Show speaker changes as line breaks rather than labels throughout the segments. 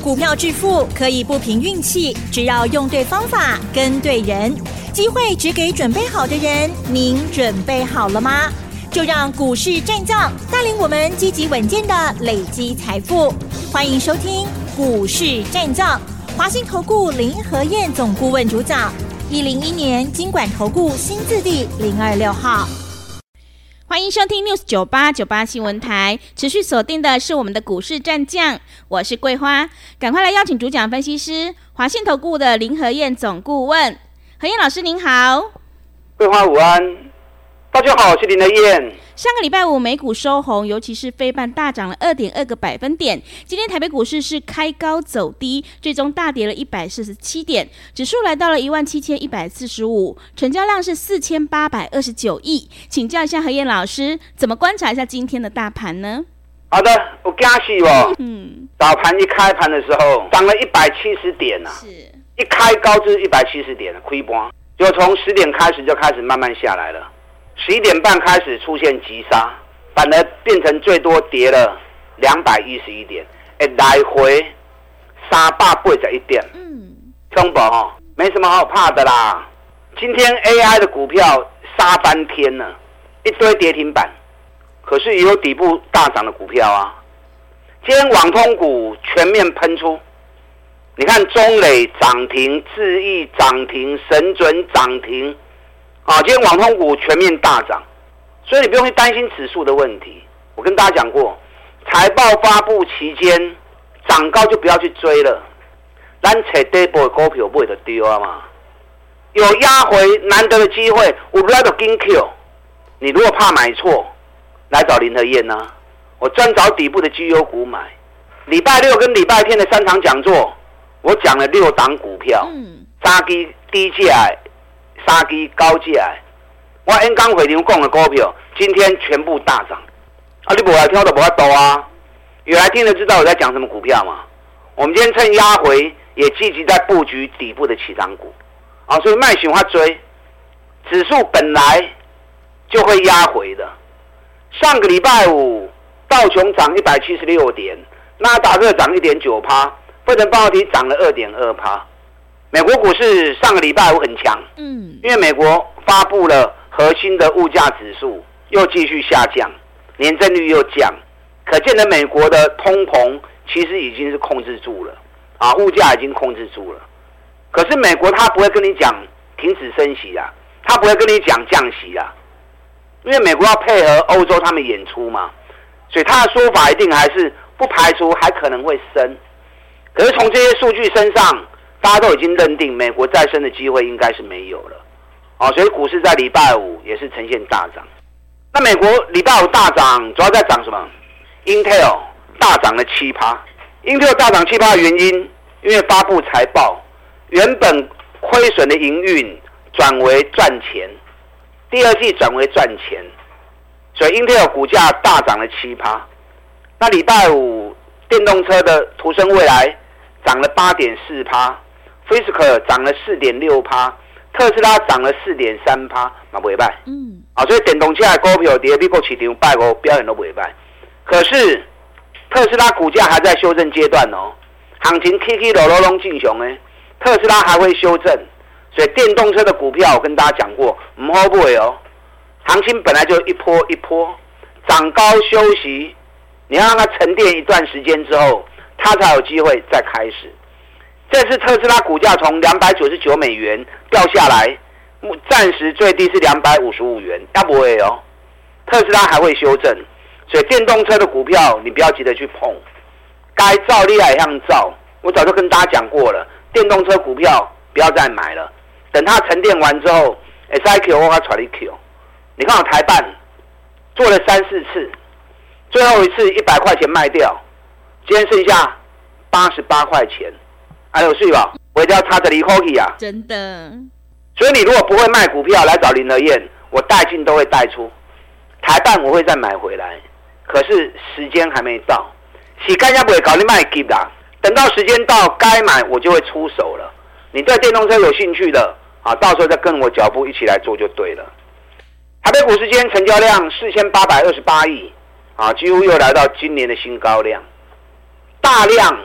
股票致富可以不凭运气，只要用对方法跟对人。机会只给准备好的人，您准备好了吗？就让股市战将带领我们积极稳健的累积财富。欢迎收听股市战将，华信投顾林和彥总顾问主讲，101年金管投顾新字第026号。
欢迎收听 News98 新闻台，持续锁定的是我们的股市战将，我是桂花，赶快来邀请主讲分析师华信投顾的林和彥总顾问。和彥老师您好。
桂花午安，大家好，我是林和彥。
上个礼拜五美股收红，尤其是费半大涨了2.2个百分点。今天台北股市是开高走低，最终大跌了147点，指数来到了17145，成交量是4829亿。请教一下和彥老师，怎么观察一下今天的大盘呢？
好的，我惊喜哦。早盘一开盘的时候涨了170点啊，是一开高至170点，开盘就从10点开始就开始慢慢下来了。11点半开始出现急杀，反而变成最多跌了211点，来回381点，恐怖哦，没什么好怕的啦。今天 AI 的股票杀翻天了，一堆跌停板，可是也有底部大涨的股票啊。今天网通股全面喷出，你看中磊涨停，智易涨停，神准涨停。今天网通股全面大涨，所以你不用去担心指数的问题。我跟大家讲过，财报发布期间涨高就不要去追了，咱找底部的股票买就对了嘛。有压回难得的机会，有来就紧 Q。你如果怕买错，来找林和彥啊，我专找底部的绩优股买。礼拜六跟礼拜天的3场讲座，我讲了6档股票，三支低价的。三支高价的，我演讲会场讲的股票，今天全部大涨。你没来听我就没法度啊！有来听的知道我在讲什么股票嘛？我们今天趁压回，也积极在布局底部的起涨股。所以卖想法追，指数本来就会压回的。上个礼拜五，道琼涨176点，纳达克涨1.9%，费城半导体涨了2.2%。美国股市上个礼拜五很强，因为美国发布了核心的物价指数又继续下降，年增率又降，可见的美国的通膨其实已经是控制住了，物价已经控制住了。可是美国他不会跟你讲停止升息啦，他不会跟你讲降息啦，因为美国要配合欧洲他们演出嘛，所以他的说法一定还是不排除还可能会升。可是从这些数据身上，大家都已经认定美国再升的机会应该是没有了，所以股市在礼拜五也是呈现大涨。那美国礼拜五大涨，主要在涨什么 ？Intel 大涨了7%。Intel 大涨7%的原因，因为发布财报，原本亏损的营运转为赚钱，第二季转为赚钱，所以 Intel 股价大涨了7%。那礼拜五电动车的途胜未来涨了8.4%。Fisker 涨了4.6%，特斯拉涨了4.3%，嘛不错。所以电动车的股票在美国市场拜五表现都不错。可是特斯拉股价还在修正阶段哦，行情起起落落拢正常的，特斯拉还会修正，所以电动车的股票我跟大家讲过，不好买哦。行情本来就一波一波，涨高休息，你要让它沉淀一段时间之后，它才有机会再开始。这次特斯拉股价从299美元掉下来，暂时最低是255元，要不会哦。特斯拉还会修正，所以电动车的股票你不要急着去碰，该照例来像照。我早就跟大家讲过了，电动车股票不要再买了，等它沉淀完之后 ，SIQ 我传你 Q。你看我台办做了3-4次，最后一次100块钱卖掉，今天剩下88块钱。还有税吧，我一定要差着离口去啊！
真的，
所以你如果不会卖股票来找林和彥，我带进都会带出，台办我会再买回来，可是时间还没到，时间也不会搞你卖急啦。等到时间到该买我就会出手了。你对电动车有兴趣的到时候再跟我脚步一起来做就对了。台北股市今天成交量4828亿几乎又来到今年的新高量，大量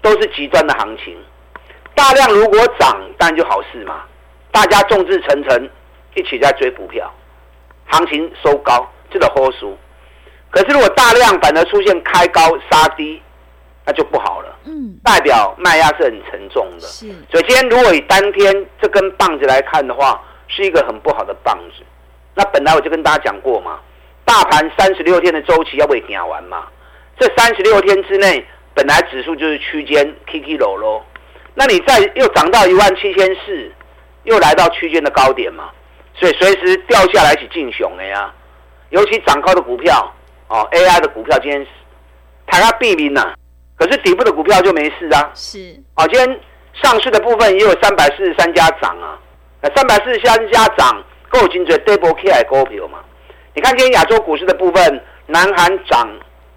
都是极端的行情。大量如果涨，当然就好事嘛，大家众志成城，一起在追股票，行情收高，这个好事。可是如果大量反而出现开高杀低，那就不好了。代表卖压是很沉重的。所以今天如果以当天这根棒子来看的话，是一个很不好的棒子。那本来我就跟大家讲过嘛，大盘36天的周期要不行完嘛？这36天之内，本来指数就是区间起起落落，那你再又涨到17400，又来到区间的高点嘛，所以随时掉下来是进熊的呀。尤其涨高的股票，AI 的股票今天大家避免呐，可是底部的股票就没事啊。
是
今天上市的部分也有343家涨啊，那343家涨，够精准 double K 的股票嘛？你看今天亚洲股市的部分，南韩涨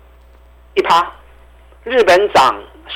1%，日本涨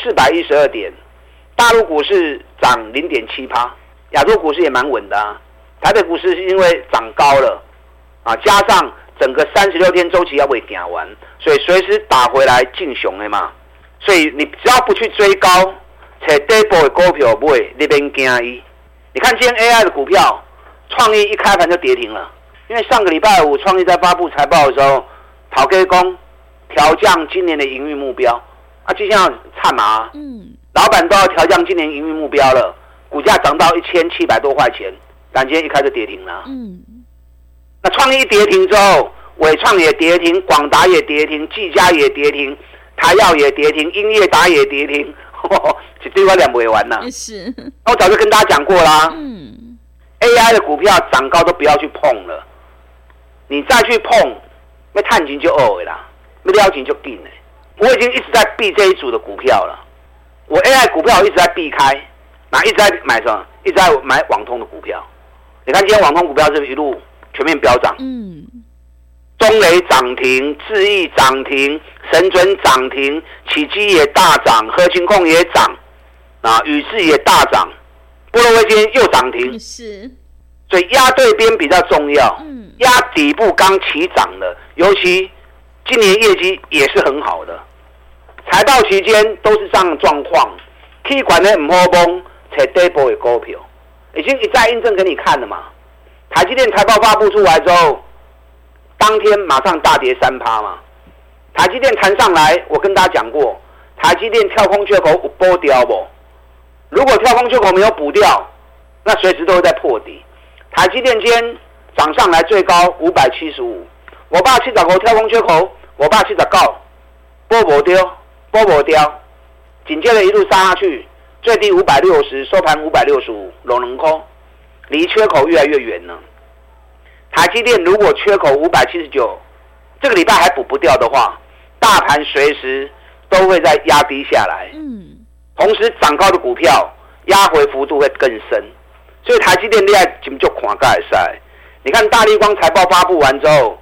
412点，大陆股市涨0.7%，亚洲股市也蛮稳的啊。台北股市是因为涨高了加上整个36天周期要未行完，所以随时打回来进熊的嘛。所以你只要不去追高，找底部的股票买，你免惊伊。你看今天 AI 的股票，创意一开盘就跌停了，因为上个礼拜五创意在发布财报的时候，陶哥公调降今年的营运目标，就像灿嘛，老板都要调降今年营运目标了，股价涨到1700多块钱，但今天一开就跌停了。那创意一跌停之后，伟创也跌停，广达也跌停，技嘉也跌停，台药也跌停，英业达也跌停，一堆我两不完呐。
是，
我早就跟大家讲过啦。AI 的股票涨高都不要去碰了，你再去碰，那探钱就恶的啦，那撩钱就紧了。我已经一直在避这一组的股票了，我 AI 股票一直在避开，一直在买什么？一直在买网通的股票。你看今天网通股票是不是一路全面飙涨？中磊涨停，智毅涨停，神准涨停，启基也大涨，合勤控也涨，宇智也大涨，波罗威今天又涨停。
是，
所以压对边比较重要。压底部刚起涨的，尤其今年业绩也是很好的，财报期间都是这样的状况。K 管的不好崩，找底部的股票，已经一再印证给你看了嘛。台积电财报发布出来之后，当天马上大跌3%嘛。台积电弹上来，我跟大家讲过，台积电跳空缺口有补掉不？如果跳空缺口没有补掉，那随时都会在破底。台积电今天涨上来最高575，我爸75跳空缺口，我爸79，补不掉，紧接着一路杀下去，最低560，收盘565，落2块，离缺口越来越远了。台积电如果缺口579，这个礼拜还补不掉的话，大盘随时都会再压低下来。同时涨高的股票压回幅度会更深，所以台积电厉害怎么就看个会使？你看大立光财报发布完之后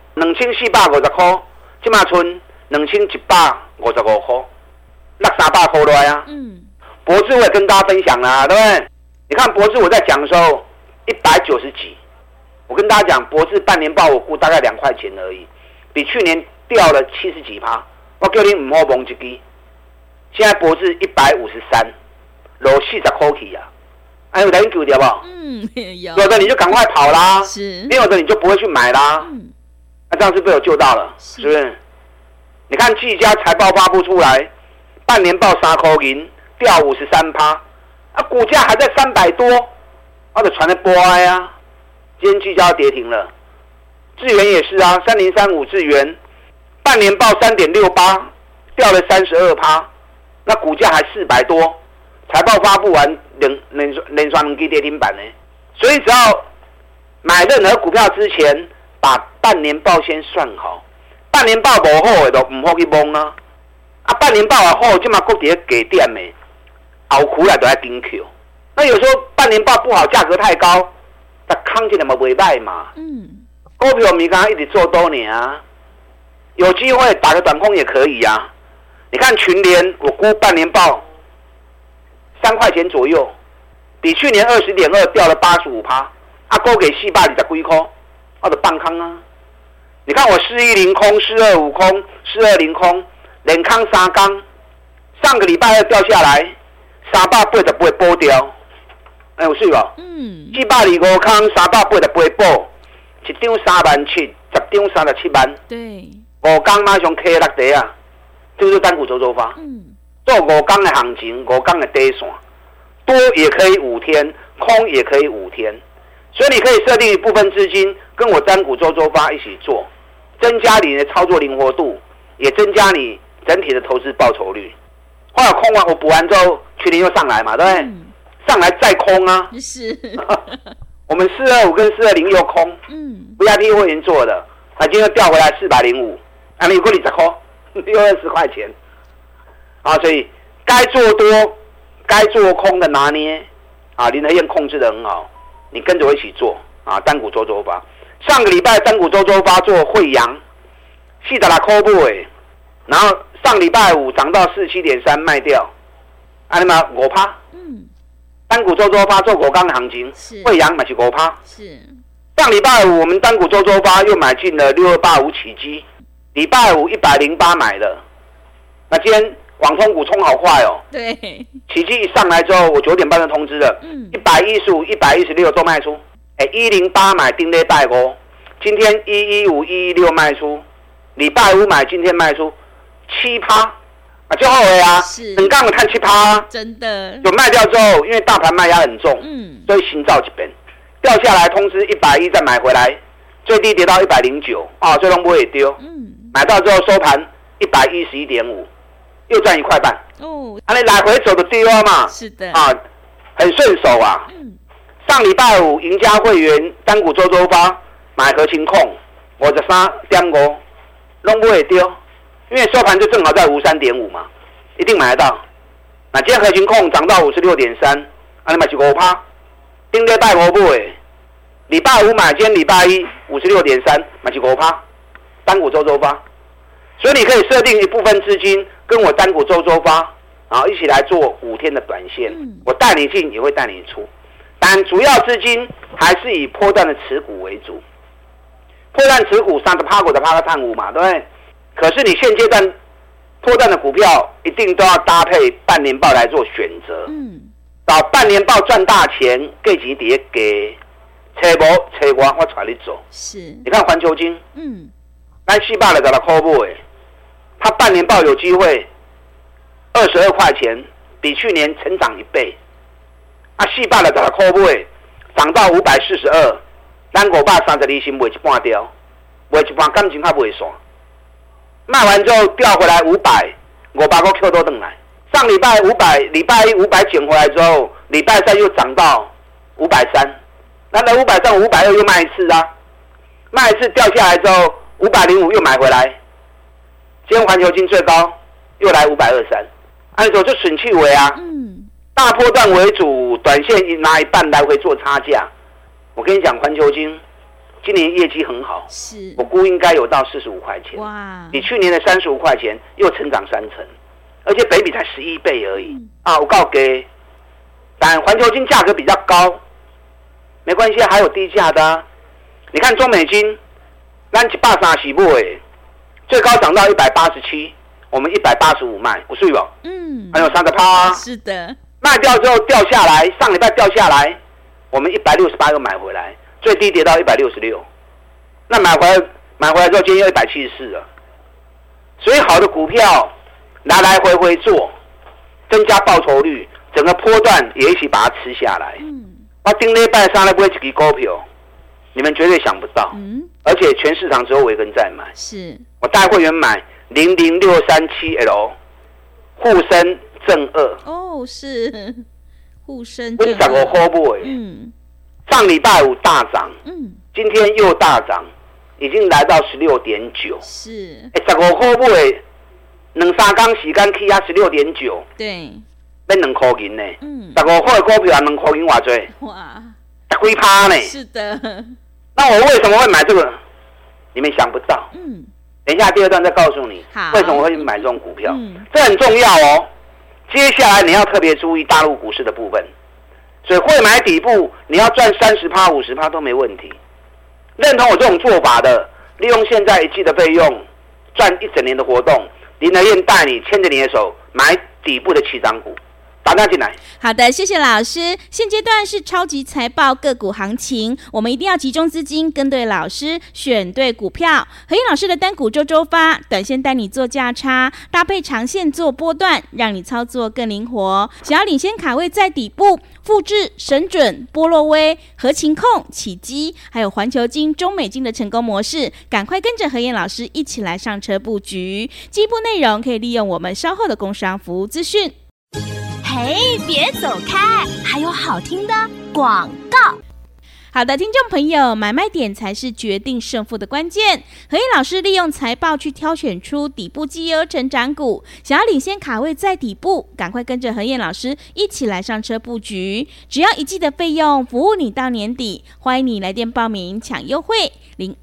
，2450块，现在剩2155块，落300块来啊。博智我也跟大家分享啦，对不对？你看博智我在讲的时候190几，我跟大家讲博智半年报我估大概2块钱而已，比去年掉了70几%。我叫你不要忘一支，现在博智153，落40块去啊。有人救掉不？有的你就赶快跑啦，没有的你就不会去买啦。那这样是被我救到了，是不是？你看技嘉财报发布出来，半年报3块银，掉53%，股价还在300多，就传来波哀啊。今天技嘉跌停了，智原也是啊，3035智原，半年报3.68，掉了32%，那股价还400多。财报发布完，连续2支跌停板呢。所以只要买任何股票之前，把半年报先算好。半年报不好的就不好去摸啊。半年报也好，这嘛各伫低点的，后苦来都要盯 Q。那有时候半年报不好，价格太高，那扛起来嘛袂歹嘛。股票咪刚刚一直做多年啊，有机会打个短空也可以啊。你看群联，我估半年报3块钱左右，比去年20.2掉了85%，高给420几块，就放空啊。你看我410空、425空、420空，连空3天，上个礼拜二掉下来， 388补掉，有水无？425空388补，一张37000，10张37万。
对
，5天马上 K 6底啊，这就是单股周周发。做5天的行情，5天的底线，多也可以5天，空也可以5天，所以你可以设定一部分资金跟我单股周周发一起做，增加你的操作灵活度，也增加你整体的投资报酬率。后来空完我补完之后，去年又上来嘛，对不对？上来再空啊，
是。
我们425跟420又空，VIP 会员做的，今天又调回来405，你有过20块，又20块钱，所以该做多、该做空的拿捏，林和燕控制得很好，你跟着我一起做单股周周发。上个礼拜单股周周发做惠阳，46块买，然后上礼拜五涨到47.3卖掉，你嘛5%。单股周周发做5天的行情，惠阳买是5%。是。上礼拜五我们单股周周发又买进了6285起基，礼拜五108买的，那今天网通股冲好快哦。对。起基一上来之后，我9点半就通知了，115、116都卖出。108买丁礼拜5，今天115、116卖出，礼拜五买，今天卖出7%。就后悔啊，很杠的看7%，真的有卖掉之后，因为大盘卖压很重，所以心照这边掉下来，通知110再买回来，最低跌到109最终不会丢，买到之后收盘111.5，又赚1块半你来回走的丢嘛，是的很顺手啊。上礼拜五赢家会员单股周周发买合情控53.5，都不会丢。因为收盘就正好在53.5嘛，一定买得到。那今天合情控涨到56.3，你买是5%。顶礼拜5买，礼拜五买，今天礼拜一56.3，买是5%。单股周周发，所以你可以设定一部分资金跟我单股周周发，然后一起来做5天的短线。我带你进，也会带你出，但主要资金还是以波段的持股为主。波段持股30%股的趴个探5嘛，对不对？可是你现阶段波段的股票一定都要搭配半年报来做选择。找半年报赚大钱，给钱跌给，找无找我带你走。是，你看环球金，咱426块买，它半年报有机会22块钱，比去年成长1倍。426块买，涨到542，咱532先卖一半掉，卖一半感情还袂散。卖完之后调回来500，500块 Q 都回来。上礼拜500，礼拜一500捡回来之后，礼拜三又涨到530，那530、520又卖一次啊，卖一次掉下来之后505又买回来。今天环球金最高又来523，按说就损气为啊，大波段为主，短线拿一半来回做差价。我跟你讲，环球金今年业绩很好，是我估应该有到45块钱，哇，比去年的35块钱又成长3成，而且北比才11倍而已我告给，但环球金价格比较高，没关系，还有低价的你看中美金，咱130买，最高涨到187，我们185卖，有水不？还有3%是的，卖掉之后掉下来，上礼拜掉下来，我们168又买回来。最低跌到166，那买回来之后，今天又174了。所以好的股票来来回回做，增加报酬率，整个波段也一起把它吃下来。我顶礼拜三来买一支股票，你们绝对想不到。而且全市场只有我一个人在买。是我带会员买00637L， 沪深正2。是沪深正2。我15块买。上礼拜五大涨，今天又大涨，已经来到16.9。是，15块买，2-3天时间起啊16.9。对，要2块银呢。15块的股票2块银偌济？哇，几趴呢？是的。那我为什么会买这个？你们想不到。等一下第二段再告诉你，为什么会买这种股票。这很重要哦。接下来你要特别注意大陆股市的部分。所以会买底部，你要赚30%、50%都没问题。认同我这种做法的，利用现在1季的费用，赚1整年的活动，林和燕带你牵着你的手买底部的起涨股， 打电话进来。
好的，谢谢老师。现阶段是超级财报个股行情，我们一定要集中资金，跟对老师，选对股票。和晏老师的单股周周发，短线带你做价差，搭配长线做波段，让你操作更灵活。想要领先卡位在底部，复制神准、波洛威、合勤控、启基，还有环球金、中美金的成功模式，赶快跟着和晏老师一起来上车布局。进一步内容可以利用我们稍后的工商服务资讯。
嘿，别走开，还有好听的广告。
好的，听众朋友，买卖点才是决定胜负的关键。和晏老师利用财报去挑选出底部绩优成长股，想要领先卡位在底部，赶快跟着和晏老师一起来上车布局。只要1季的费用，服务你到年底。欢迎你来电报名抢优惠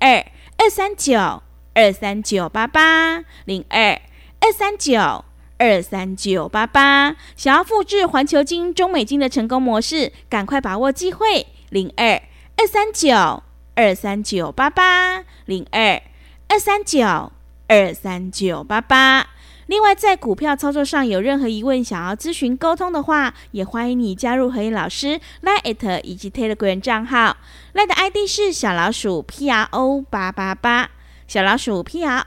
，02-239-23988，02-239-23988。想要复制环球金、中美金的成功模式，赶快把握机会，02-239-23988，02-239-23988。另外，在股票操作上有任何疑问，想要咨询沟通的话，也欢迎你加入和晏老师 LINE@ 以及 Telegram 账号。LINE 的 ID 是小老鼠 PRO888，小老鼠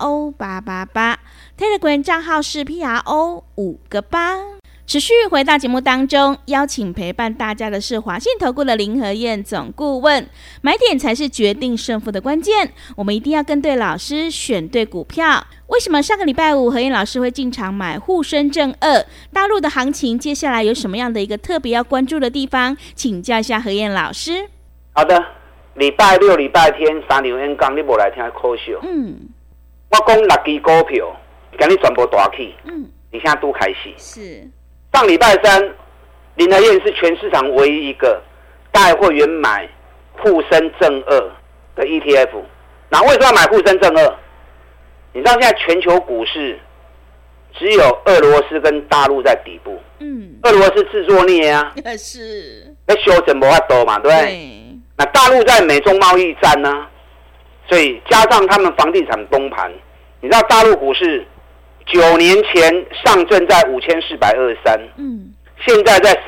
PRO888。Telegram 账号是 PRO5个8。持续回到节目当中，邀请陪伴大家的是华信投顾的林和晏总顾问。买点才是决定胜负的关键，我们一定要跟对老师，选对股票。为什么上个礼拜五和晏老师会进场买沪深正2？大陆的行情接下来有什么样的一个特别要关注的地方？请教一下和晏老师。
好的，礼拜六、礼拜天3场演讲，你没来听可惜。我讲6支股票，今日全部大起。你现在都开始。
是。
上礼拜3，林和晏是全市场唯一一个带会员买沪深正2的 ETF。那为什么要买沪深正2？你知道现在全球股市只有俄罗斯跟大陆在底部。俄罗斯自作孽啊，
是。
那修整没法多嘛，对不对？那大陆在美中贸易战呢，所以加上他们房地产崩盘，你知道大陆股市9年前上证在5423，现在在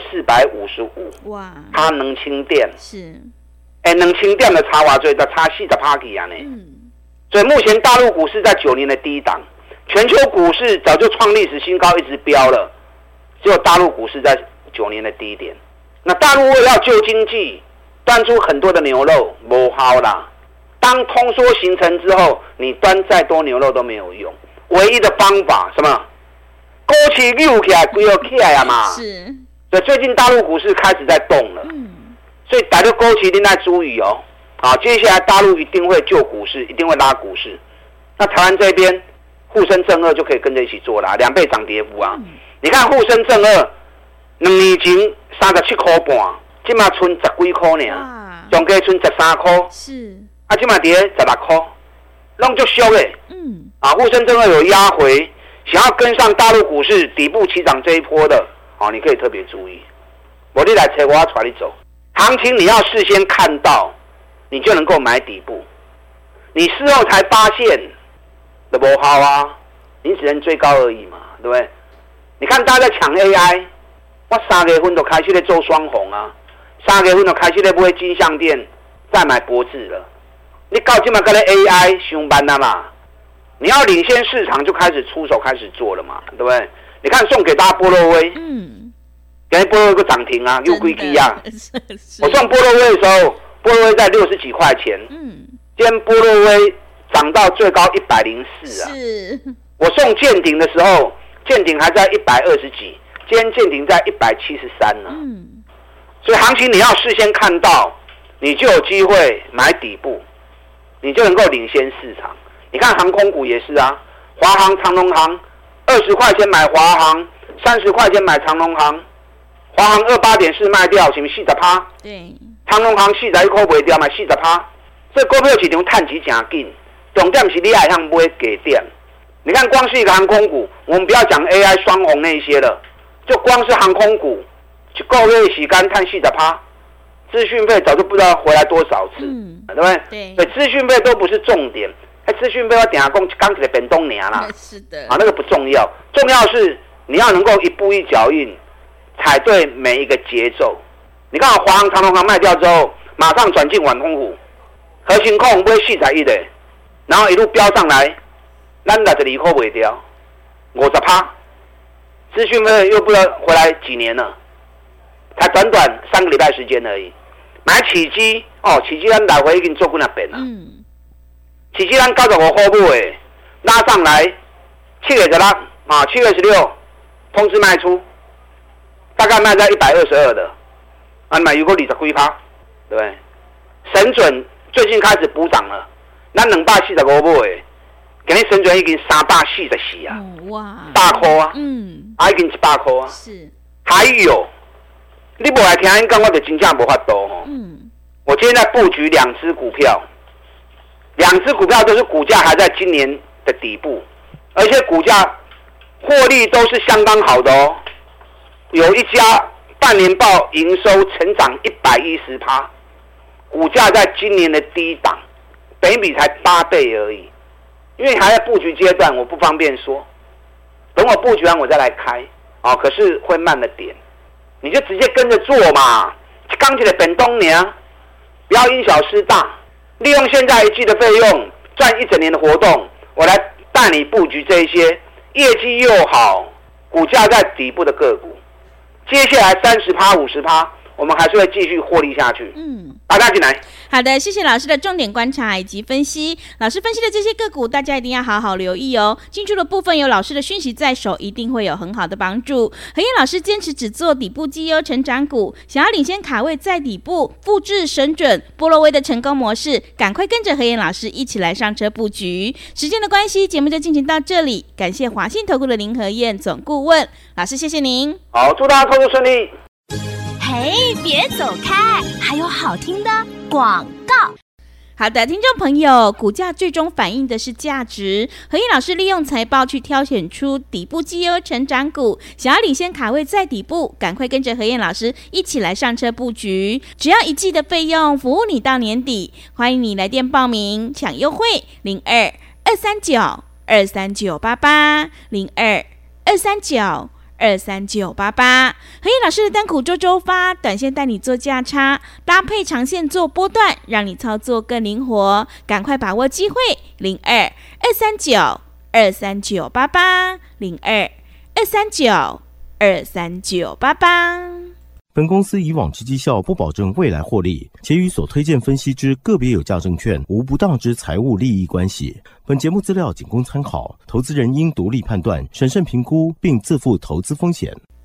3455，哇，它能清点
是，
能清点的差多少？的差40%啊呢。所以目前大陆股市在9年的低档，全球股市早就创历史新高，一直飙了，只有大陆股市在9年的低点。那大陆为了要救经济，端出很多的牛肉，没效啦。当通缩形成之后，你端再多牛肉都没有用。唯一的方法什么？股市扭起来，规个起来嘛。
是。
所以最近大陆股市开始在动了。所以大家股市一定在注意哦。好，接下来大陆一定会救股市，一定会拉股市。那台湾这边沪深正2就可以跟着一起做啦，2倍涨跌幅啊。你看沪深正2，2年前37块半，现在剩10几块呢，总计剩13块。是。啊，现在跌16块，弄就俗的。沪深正2有压回，想要跟上大陆股市底部起涨这一波的，你可以特别注意。我你来找我，带你走。行情你要事先看到，你就能够买底部。你事后才发现，都不好啊，你只能追高而已嘛，对不对？你看大家在抢 AI， 我3月份就开始在做双红啊，3月份就开始在买金像店，再买博智了。你到现在跟 AI 上班了嘛？你要领先市场就开始出手开始做了嘛，对不对？你看送给大家波洛威，今天波洛威个涨停啊，又贵基啊。我送波洛威的时候，波洛威在60几块钱，今天波洛威涨到最高104啊。是。我送建鼎的时候，建鼎还在120几，今天建鼎在173呢。所以行情你要事先看到，你就有机会买底部，你就能够领先市场。你看航空股也是啊，华航、长荣航，20块钱买华航，30块钱买长荣航，华航28.4卖掉，是不是40%？对。长荣航41块卖掉，买40%。这股票市场探底真紧，重点是你爱向买低点。你看光是一个航空股，我们不要讲 AI 双红那些了，就光是航空股，一个月的时间探40%。资讯费早就不知道回来多少次，对不对？对。所以资讯费都不是重点。资讯被我等下讲刚起来变动年啦，是的，那个不重要，重要是你要能够一步一脚印， 踩对每一个节奏。你看华航、长荣航卖掉之后，马上转进晚风湖，核心控买41的，然后一路飙上来，咱62块卖掉，50%。资讯费又不知道回来几年了，才短短3个礼拜时间而已。买起基哦，起基咱来回已经做过那边了。起基咱95块买，拉上来7月16啊，7月16通知卖出，大概卖在122的，啊，买有个20几%，对不对？神准最近开始补涨了，咱245买。今日神准已经344啊，哇，大块啊，已经100块啊，是，还有，你不来听因讲，我就真正无法度吼。我今天在布局2只股票，2只股票都是股价还在今年的底部，而且股价获利都是相当好的哦。有一家半年报营收成长110%，股价在今年的低档，本益比才8倍而已。因为还在布局阶段，我不方便说。等我布局完，我再来开啊。可是会慢了点，你就直接跟着做嘛。刚起来本东年，不要因小失大，利用现在1季的费用赚1整年的活动，我来带你布局这一些业绩又好、股价在底部的个股。接下来30%、50%，我们还是会继续获利下去。大家进来。
好的，谢谢老师的重点观察以及分析。老师分析的这些个股，大家一定要好好留意哦。进出的部分有老师的讯息在手，一定会有很好的帮助。和燕老师坚持只做底部绩优成长股，想要领先卡位在底部，复制神准波罗威的成功模式，赶快跟着和燕老师一起来上车布局。时间的关系，节目就进行到这里。感谢华信投顾的林和燕总顾问老师，谢谢您。
好，祝大家投资顺利。
嘿，别走开，还有好听的广告。
好的，听众朋友，股价最终反映的是价值。和燕老师利用财报去挑选出底部绩优成长股，想要领先卡位在底部，赶快跟着和燕老师一起来上车布局。只要1季的费用，服务你到年底。欢迎你来电报名抢优惠，02-239-23988 02-239-23988。和燕老师的单股周周发，短线带你做价差，搭配长线做波段，让你操作更灵活。赶快把握机会，02-239-23988 02-239-23988。
本公司以往之绩效不保证未来获利，且与所推荐分析之个别有价证券无不当之财务利益关系。本节目资料仅供参考，投资人应独立判断、审慎评估，并自负投资风险。